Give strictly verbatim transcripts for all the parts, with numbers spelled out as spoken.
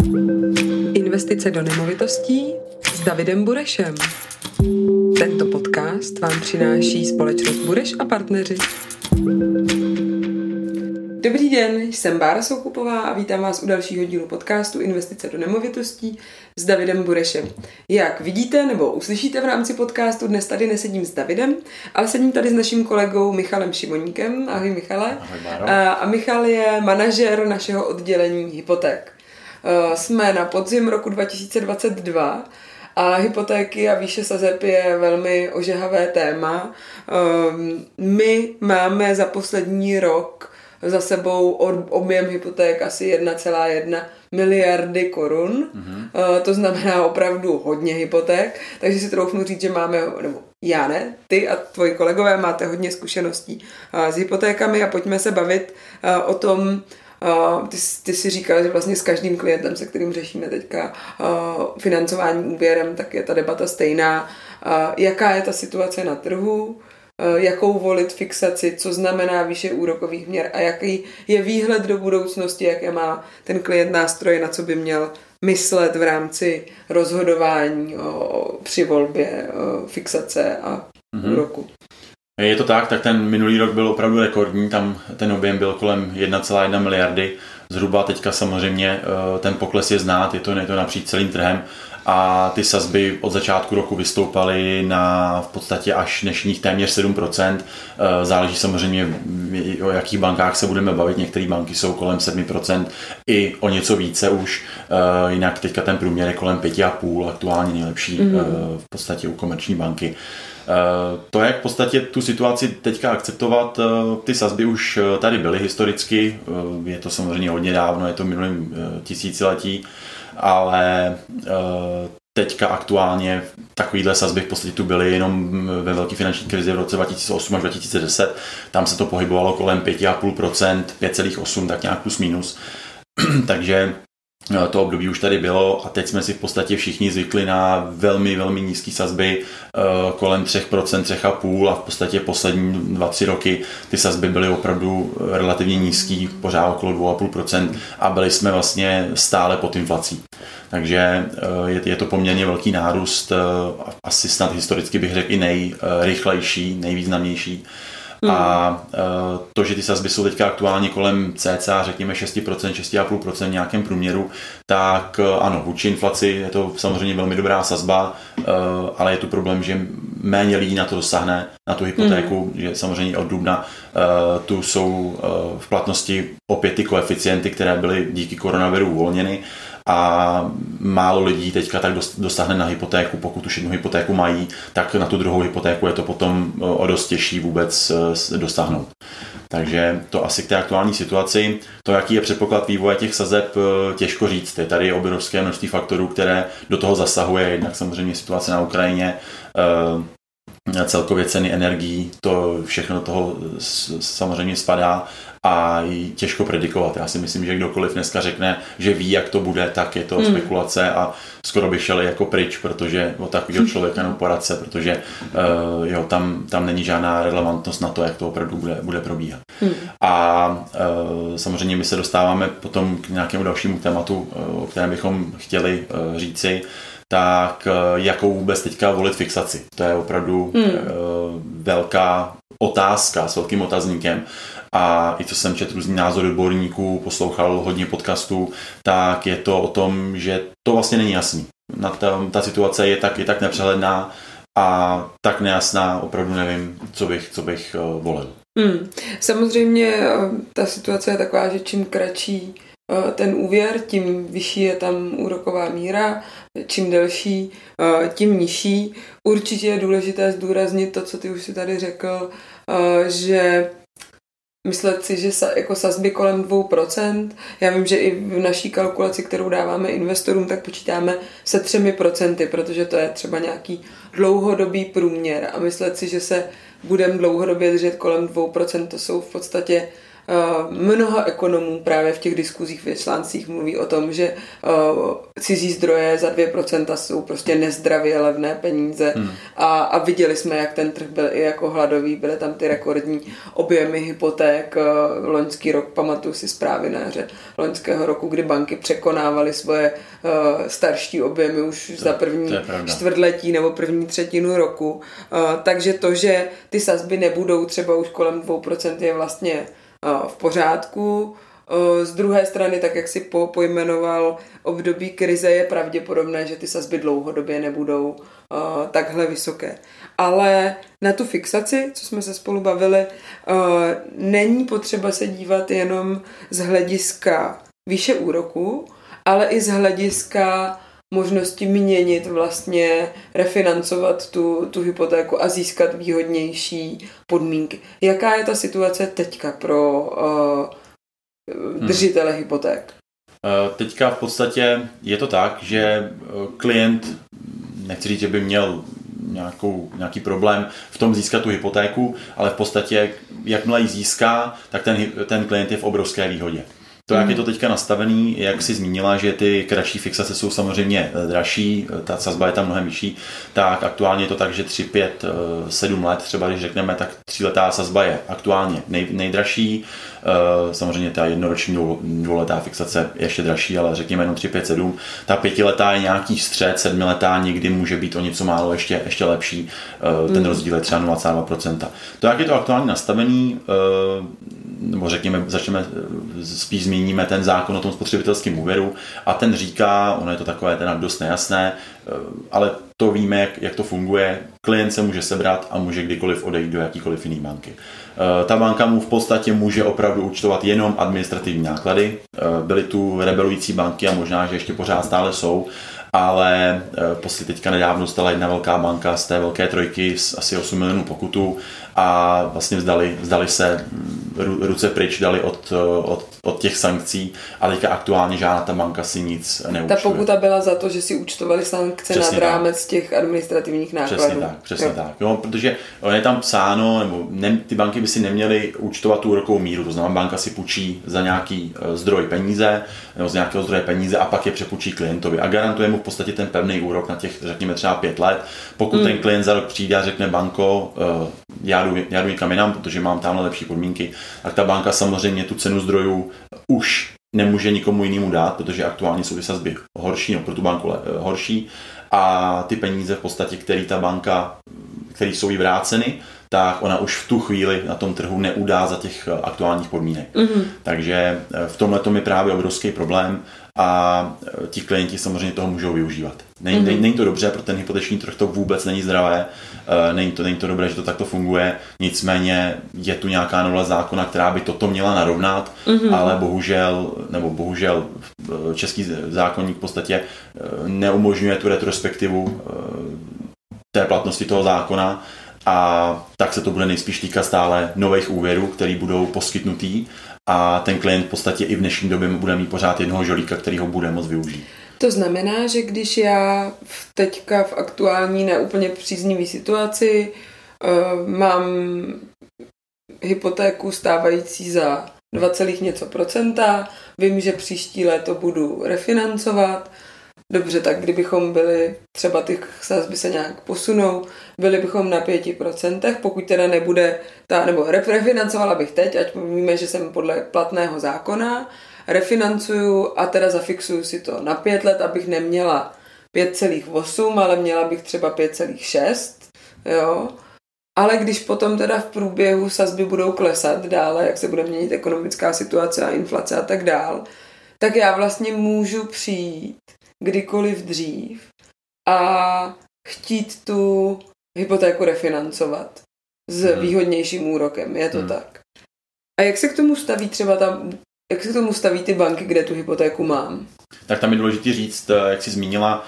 Investice do nemovitostí s Davidem Burešem. Tento podcast vám přináší společnost Bureš a partneři. Dobrý den, jsem Bára Soukupová a vítám vás u dalšího dílu podcastu Investice do nemovitostí s Davidem Burešem. Jak vidíte nebo uslyšíte v rámci podcastu, dnes tady nesedím s Davidem, ale sedím tady s naším kolegou Michalem Šimoníkem. Ahoj Michale. Ahoj Báro. A, a Michal je manažer našeho oddělení hypoték. Jsme na podzim roku dva tisíce dvacet dva a hypotéky a výše sazeb je velmi ožehavé téma. My máme za poslední rok za sebou objem hypoték asi jedna celá jedna miliardy korun. Mm-hmm. To znamená opravdu hodně hypoték, takže si troufnu říct, že máme, nebo já ne, ty a tvoji kolegové máte hodně zkušeností s hypotékami a pojďme se bavit o tom. Uh, ty, ty si říkal, že vlastně s každým klientem, se kterým řešíme teďka uh, financování úvěrem, tak je ta debata stejná. Uh, jaká je ta situace na trhu, uh, jakou volit fixaci, co znamená výše úrokových měr a jaký je výhled do budoucnosti, jaké má ten klient nástroje, na co by měl myslet v rámci rozhodování o, při volbě o, fixace a mm-hmm. úroku. Je to tak, tak ten minulý rok byl opravdu rekordní, tam ten objem byl kolem jedna celá jedna miliardy, zhruba teďka samozřejmě ten pokles je znát, je to, je to napříč celým trhem a ty sazby od začátku roku vystoupaly na v podstatě až dnešních téměř sedm procent, záleží samozřejmě o jakých bankách se budeme bavit, některé banky jsou kolem sedm procent i o něco více už, jinak teďka ten průměr je kolem pět celá pět, aktuálně nejlepší mm-hmm. v podstatě u komerční banky. To, jak v podstatě tu situaci teďka akceptovat, ty sazby už tady byly historicky, je to samozřejmě hodně dávno, je to minulým tisíciletí, ale teďka aktuálně takovýhle sazby v podstatě tu byly jenom ve velké finanční krizi v roce dva tisíce osm až dva tisíce deset, tam se to pohybovalo kolem pět celá pět procenta, pět celá osm, tak nějak plus minus, takže to období už tady bylo a teď jsme si v podstatě všichni zvykli na velmi, velmi nízké sazby kolem tři procenta, tři celá pět a v podstatě poslední dva, tři roky ty sazby byly opravdu relativně nízký, pořád okolo dva celá pět procenta a byli jsme vlastně stále pod inflací. Takže je, je to poměrně velký nárůst, asi snad historicky bych řekl i nejrychlejší, nejvýznamnější. A to, že ty sazby jsou teďka aktuálně kolem cca, řekněme šest procent, šest celá pět procenta v nějakém průměru, tak ano, vůči inflaci je to samozřejmě velmi dobrá sazba, ale je tu problém, že méně lidí na to dosáhne, na tu hypotéku, mm. že samozřejmě od dubna tu jsou v platnosti opět ty koeficienty, které byly díky koronaviru uvolněny, a málo lidí teďka tak dosáhne na hypotéku, pokud už jednu hypotéku mají, tak na tu druhou hypotéku je to potom o dost těžší vůbec dosáhnout. Takže to asi k té aktuální situaci. To, jaký je předpoklad vývoje těch sazeb, těžko říct. Je tady obrovské množství faktorů, které do toho zasahuje, jednak samozřejmě situace na Ukrajině, celkově ceny energií, to všechno do toho samozřejmě spadá a těžko predikovat. Já si myslím, že kdokoliv dneska řekne, že ví, jak to bude, tak je to hmm. spekulace a skoro by šel jako pryč, protože o takového člověka nebo poradce, protože uh, jo, tam, tam není žádná relevantnost na to, jak to opravdu bude, bude probíhat. Hmm. A uh, samozřejmě my se dostáváme potom k nějakému dalšímu tématu, uh, o kterém bychom chtěli uh, říci, tak jakou vůbec teďka volit fixaci. To je opravdu hmm. velká otázka s velkým otazníkem. A i co jsem četl různý názory odborníků, poslouchal hodně podcastů, tak je to o tom, že to vlastně není jasný. Ta, ta situace je tak, je tak nepřehledná a tak nejasná, opravdu nevím, co bych, co bych volil. Hmm. Samozřejmě ta situace je taková, že čím kratší ten úvěr, tím vyšší je tam úroková míra, čím delší, tím nižší. Určitě je důležité zdůraznit to, co ty už si tady řekl, že myslet si, že sa, jako sazby kolem dvě procenta, já vím, že i v naší kalkulaci, kterou dáváme investorům, tak počítáme se třemi procenty, protože to je třeba nějaký dlouhodobý průměr a myslet si, že se budeme dlouhodobě držet kolem dvě procenta, to jsou v podstatě mnoho ekonomů právě v těch diskuzích v článcích mluví o tom, že cizí zdroje za dvě procenta jsou prostě nezdravě levné peníze hmm. a, a viděli jsme, jak ten trh byl i jako hladový, byly tam ty rekordní objemy hypoték. Loňský rok, pamatuju si zprávy na jaře loňského roku, kdy banky překonávaly svoje starší objemy už to, za první čtvrtletí nebo první třetinu roku. Takže to, že ty sazby nebudou třeba už kolem dvě procenta je vlastně v pořádku. Z druhé strany, tak jak si po, pojmenoval období krize, je pravděpodobné, že ty sazby dlouhodobě nebudou uh, takhle vysoké. Ale na tu fixaci, co jsme se spolu bavili, uh, není potřeba se dívat jenom z hlediska výše úroku, ale i z hlediska možnosti měnit vlastně, refinancovat tu, tu hypotéku a získat výhodnější podmínky. Jaká je ta situace teďka pro uh, držitele hmm. hypoték? Teďka v podstatě je to tak, že klient, nechci říct, že by měl nějakou, nějaký problém v tom získat tu hypotéku, ale v podstatě, jakmile ji získá, tak ten, ten klient je v obrovské výhodě. To, jak je to teďka nastavený, jak si zmínila, že ty kratší fixace jsou samozřejmě dražší, ta sazba je tam mnohem vyšší, tak aktuálně je to tak, že tři, pět, sedm let, třeba když řekneme, tak tříletá sazba je aktuálně nej, nejdražší. Samozřejmě ta jednoroční dvouletá fixace je ještě dražší, ale řekněme jenom tři, pět, sedm. Ta pětiletá je nějaký střed, sedmiletá někdy může být o něco málo ještě, ještě lepší. Ten mm. rozdíl je třeba nula celá dva procenta. To, jak je to aktuálně nastavený, nebo řekněme, začneme spíš zmíníme ten zákon o tom spotřebitelském úvěru a ten říká, ono je to takové teda dost nejasné, ale to víme, jak, jak to funguje. Klient se může sebrat a může kdykoliv odejít do jakýkoliv jiný banky. Ta banka mu v podstatě může opravdu účtovat jenom administrativní náklady. Byly tu rebelující banky a možná, že ještě pořád stále jsou, ale posledně teďka nedávno dostala jedna velká banka z té velké trojky s asi osm milionů pokutu a vlastně vzdali, vzdali se ruce pryč, dali od, od, od těch sankcí a teďka aktuálně žádná ta banka si nic neúčtuje. Ta pokuta byla za to, že si účtovali sankce přesně nad rámec tak. těch administrativních nákladů. Přesně tak, přesně jo. tak. Jo, protože je tam psáno, nebo ne, ty banky by si neměly účtovat tu úrokovou míru, to znamená, banka si půjčí za nějaký zdroj peníze, nebo z nějakého zdroje peníze a pak je přepůjčí klientovi a garantuje mu v podstatě ten pevný úrok na těch, řekněme třeba pět let. Pokud hmm. ten klient za rok přijde a řekne banko, já jdu, já jdu někam jinam, protože mám tamhle lepší podmínky, tak ta banka samozřejmě tu cenu zdrojů už nemůže nikomu jinému dát, protože aktuálně jsou ty sazby horší, no, pro tu banku horší a ty peníze v podstatě, které ta banka, které jsou jí vráceny, tak ona už v tu chvíli na tom trhu neudá za těch aktuálních podmínek. Mm-hmm. Takže v tomhle tom je právě obrovský problém a ti klienti samozřejmě toho můžou využívat. Není, mm-hmm. není to dobře, pro ten hypoteční trh to vůbec není zdravé, není to, není to dobré, že to takto funguje, nicméně je tu nějaká novela zákona, která by toto měla narovnat, mm-hmm. ale bohužel, nebo bohužel český zákonník v podstatě neumožňuje tu retrospektivu té platnosti toho zákona, a tak se to bude nejspíš týkat stále nových úvěrů, který budou poskytnutý a ten klient v podstatě i v dnešní době bude mít pořád jednoho žolíka, který ho bude moct využít. To znamená, že když já teďka v aktuální neúplně příznivé situaci uh, mám hypotéku stávající za dva celých něco procenta, vím, že příští léto budu refinancovat. Dobře, tak kdybychom byli, třeba ty sazby se nějak posunou, byli bychom na pěti procentech, pokud teda nebude ta, nebo refinancovala bych teď, ať víme, že jsem podle platného zákona, refinancuju a teda zafixuju si to na pět let, abych neměla pět celých osm, ale měla bych třeba pět celých šest, jo. Ale když potom teda v průběhu sazby budou klesat dále, jak se bude měnit ekonomická situace a inflace a tak dál, tak já vlastně můžu přijít kdykoliv dřív a chtít tu hypotéku refinancovat s hmm. výhodnějším úrokem. Je to hmm. tak. A jak se k tomu staví třeba tam, jak se k tomu staví ty banky, kde tu hypotéku mám? Tak tam je důležité říct, jak jsi zmínila,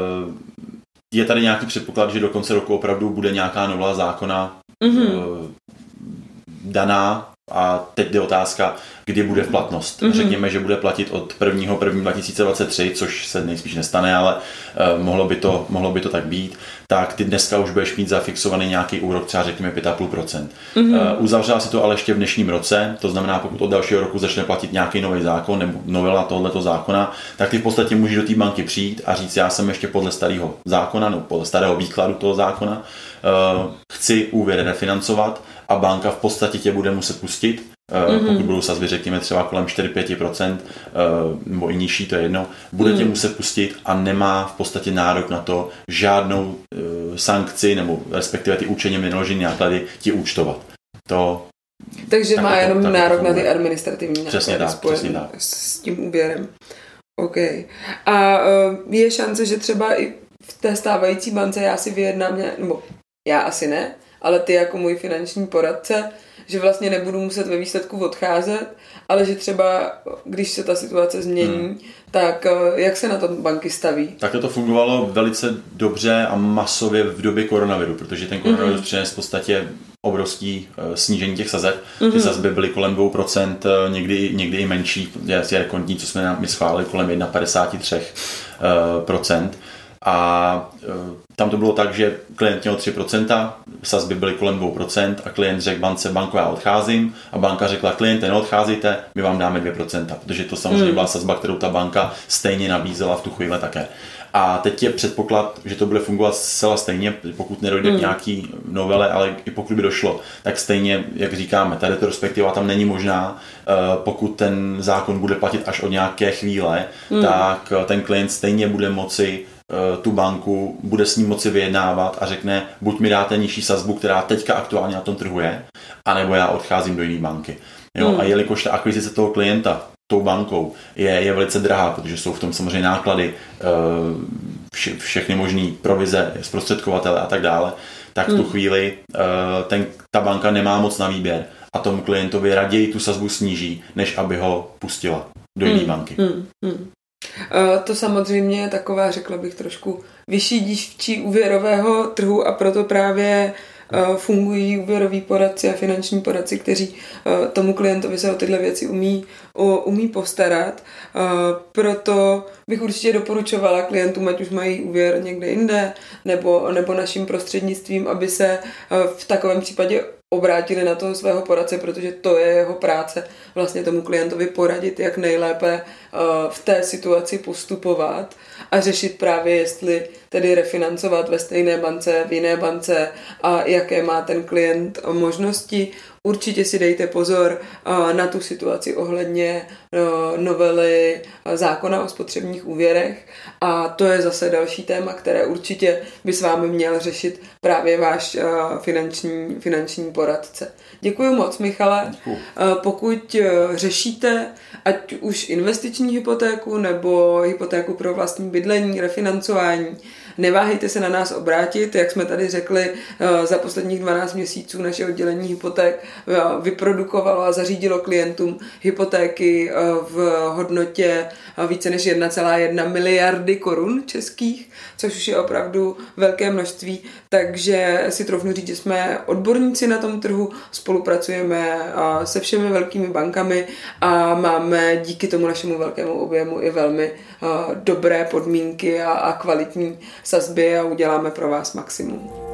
je tady nějaký předpoklad, že do konce roku opravdu bude nějaká novela zákona mm-hmm. daná A teď jde otázka, kdy bude v platnost. Mm-hmm. Řekněme, že bude platit od prvního prvního dva tisíce dvacet tři, což se nejspíš nestane, ale uh, mohlo, by to, mohlo by to tak být. Tak ty dneska už budeš mít zafixovaný nějaký úrok, třeba řekněme pět celá pět procenta. Mm-hmm. Uh, uzavřela si to ale ještě v dnešním roce, to znamená, pokud od dalšího roku začne platit nějaký nový zákon nebo novela tohoto zákona, tak ty v podstatě můžeš do té banky přijít a říct, já jsem ještě podle starého zákona nebo podle starého výkladu toho zákona uh, chci úvěr refinancovat a banka v podstatě tě bude muset pustit. Mm-hmm. Pokud budou sazby, řekněme třeba kolem čtyři až pět procent nebo i nižší, to je jedno, bude mm. tě muset pustit a nemá v podstatě nárok na to žádnou sankci nebo respektive ty účeně vynaložené náklady ti účtovat. To, Takže tak má to, jenom tak nárok na ty administrativní náklady spojené s tím úvěrem. OK. A uh, je šance, že třeba i v té stávající bance já si vyjednám, nebo já asi ne, ale ty jako můj finanční poradce, že vlastně nebudu muset ve výsledku odcházet, ale že třeba, když se ta situace změní, hmm. tak jak se na to banky staví? Takhle to fungovalo velice dobře a masově v době koronaviru, protože ten koronavirus mm-hmm. přinesl v podstatě obrovský uh, snížení těch sazeb. Mm-hmm. Ty sazby byly kolem dvě procenta, někdy, někdy i menší, je asi rekordní, co jsme my schválili, kolem jedna celá padesát tři procenta. A uh, tam to bylo tak, že klient měl tři procenta, sazby byly kolem dvě procenta a klient řekl bance, banko, já odcházím, a banka řekla, kliente, neodcházejte, my vám dáme dvě procenta, protože to samozřejmě mm. byla sazba, kterou ta banka stejně nabízela v tu chvíli také. A teď je předpoklad, že to bude fungovat zcela stejně, pokud nedojde mm. k nějaký novele, ale i pokud by došlo, tak stejně, jak říkáme, ta retrospektiva tam není možná, pokud ten zákon bude platit až od nějaké chvíle, mm. tak ten klient stejně bude moci tu banku, bude s ním moci vyjednávat a řekne, buď mi dáte nižší sazbu, která teďka aktuálně na tom trhu je, anebo já odcházím do jiné banky. Jo? Hmm. A jelikož ta akvizice toho klienta tou bankou je, je velice drahá, protože jsou v tom samozřejmě náklady, vše, všechny možný provize, zprostředkovatele a tak dále, tak v tu hmm. chvíli ten, ta banka nemá moc na výběr a tomu klientovi raději tu sazbu sníží, než aby ho pustila do jiné hmm. banky. Hmm. Hmm. To samozřejmě je taková, řekla bych, trošku vyšší dívčí úvěrového trhu a proto právě fungují úvěroví poradci a finanční poradci, kteří tomu klientovi se o tyhle věci umí, umí postarat. Proto bych určitě doporučovala klientům, ať už mají úvěr někde jinde, nebo, nebo naším prostřednictvím, aby se v takovém případě obrátili na toho svého poradce, protože to je jeho práce vlastně tomu klientovi poradit, jak nejlépe v té situaci postupovat a řešit právě, jestli tedy refinancovat ve stejné bance, v jiné bance a jaké má ten klient možnosti. Určitě si dejte pozor na tu situaci ohledně novely zákona o spotřebních úvěrech a to je zase další téma, které určitě by s vámi měl řešit právě váš finanční, finanční poradce. Děkuji moc, Michale. Děkuji. Pokud řešíte ať už investiční hypotéku nebo hypotéku pro vlastní bydlení, refinancování, neváhejte se na nás obrátit, jak jsme tady řekli, za posledních dvanáct měsíců naše oddělení hypoték vyprodukovalo a zařídilo klientům hypotéky v hodnotě více než jedna celá jedna miliardy korun českých, což už je opravdu velké množství, takže si troufnu říct, že jsme odborníci na tom trhu, spolupracujeme se všemi velkými bankami a máme díky tomu našemu velkému objemu i velmi dobré podmínky a, a kvalitní sazby a uděláme pro vás maximum.